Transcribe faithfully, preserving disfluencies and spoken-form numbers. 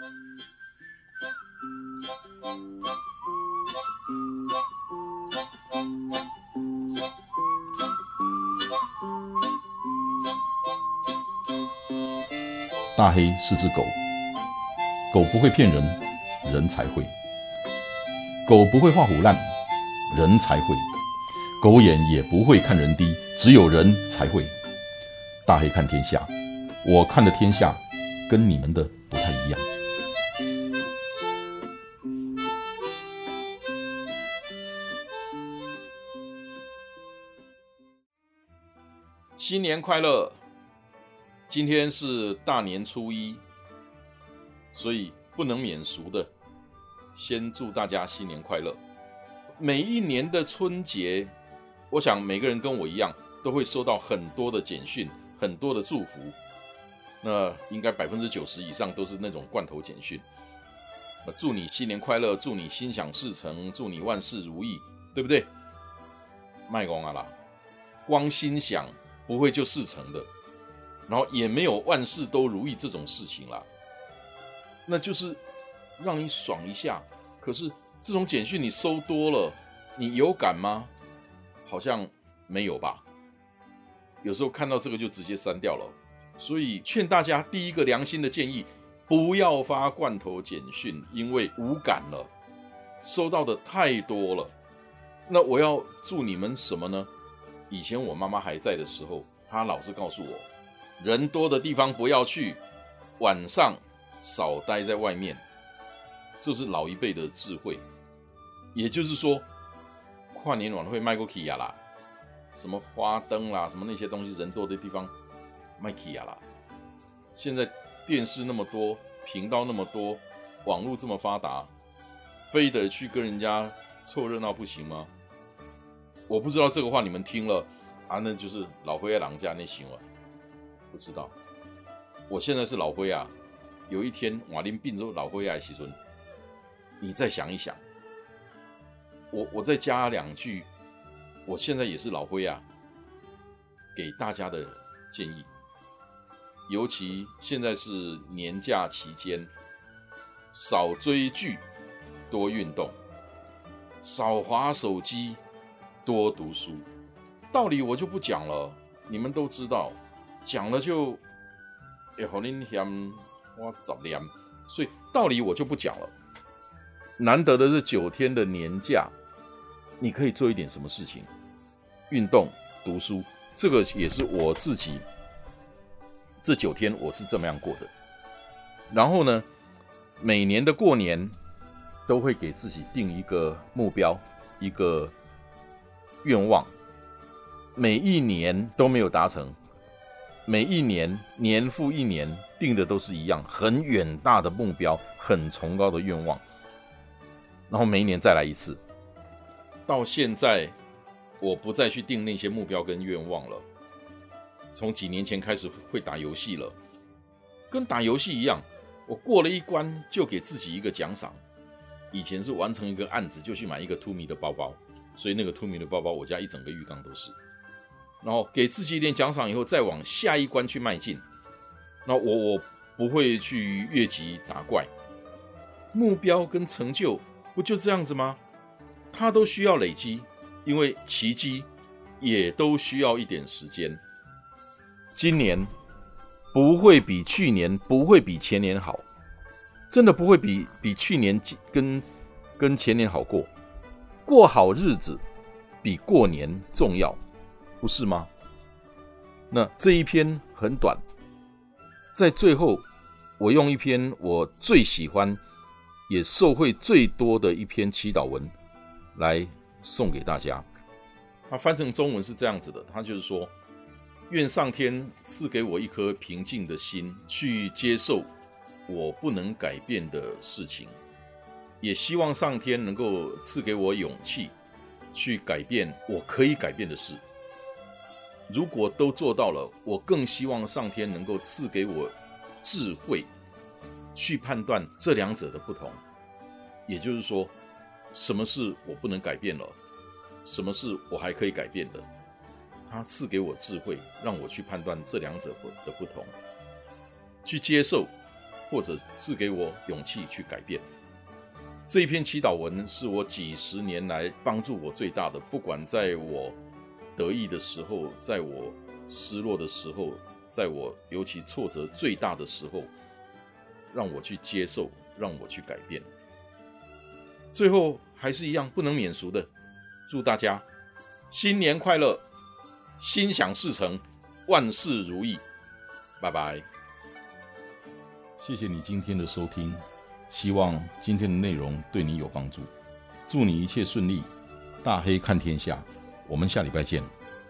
大黑是只狗，狗不会骗人，人才会；狗不会画虎烂，人才会；狗眼也不会看人低，只有人才会。大黑看天下，我看的天下跟你们的不太一样。 新年快乐！今天是大年初一，所以不能免俗的，先祝大家新年快乐。每一年的春节，我想每个人跟我一样，都会收到很多的简讯，很多的祝福。那应该百分之九十以上都是那种罐头简讯，祝你新年快乐，祝你心想事成，祝你万事如意，对不对？卖公啊啦，光心想不会就事成的。然后也没有万事都如意这种事情啦，那就是让你爽一下。可是这种简讯你收多了，你有感吗？好像没有吧。有时候看到这个就直接删掉了。所以劝大家，第一个良心的建议，不要发罐头简讯，因为无感了，收到的太多了。那我要祝你们什么呢？以前我妈妈还在的时候，她老是告诉我，人多的地方不要去，晚上少待在外面，这是老一辈的智慧。也就是说，跨年晚会卖过去啦，什么花灯啦，什么那些东西，人多的地方卖去啦。现在电视那么多，频道那么多，网络这么发达，非得去跟人家凑热闹不行吗？我不知道这个话你们听了啊，那就是老灰狼家那行了。不知道，我现在是老灰啊。有一天我临病之后，老灰啊的时候，你再想一想，我我再加两句，我现在也是老灰啊，给大家的建议。尤其现在是年假期间，少追剧，多运动，少滑手机，多读书。道理我就不讲了，你们都知道。讲了就会让你嫌我十年，所以道理我就不讲了。难得的这九天的年假，你可以做一点什么事情？运动、读书，这个也是我自己这九天我是这么样过的。然后呢，每年的过年都会给自己定一个目标，一个愿望，每一年都没有达成。每一年年复一年定的都是一样，很远大的目标，很崇高的愿望，然后每一年再来一次。到现在我不再去定那些目标跟愿望了，从几年前开始会打游戏了，跟打游戏一样，我过了一关就给自己一个奖赏。以前是完成一个案子就去买一个 Tumi 的包包，所以那个 Tumi 的包包我家一整个浴缸都是。然后给自己一点奖赏以后，再往下一关去迈进。那我我不会去越级打怪，目标跟成就不就这样子吗？它都需要累积，因为奇迹也都需要一点时间。今年不会比去年，不会比前年好，真的不会比比去年跟跟前年好过。过好日子比过年重要。不是吗？那这一篇很短，在最后我用一篇我最喜欢也受惠最多的一篇祈祷文来送给大家。它翻成中文是这样子的，它就是说，愿上天赐给我一颗平静的心，去接受我不能改变的事情，也希望上天能够赐给我勇气，去改变我可以改变的事。如果都做到了，我更希望上天能够赐给我智慧，去判断这两者的不同。也就是说，什么是我不能改变了，什么是我还可以改变的。他赐给我智慧，让我去判断这两者的不同，去接受或者是给我勇气去改变。这一篇祈祷文是我几十年来帮助我最大的，不管在我得意的时候，在我失落的时候，在我尤其挫折最大的时候，让我去接受，让我去改变。最后还是一样不能免俗的，祝大家新年快乐，心想事成，万事如意，拜拜。 谢谢你今天的收听，希望今天的内容对你有帮助。祝你一切顺利，大黑看天下，我们下礼拜见。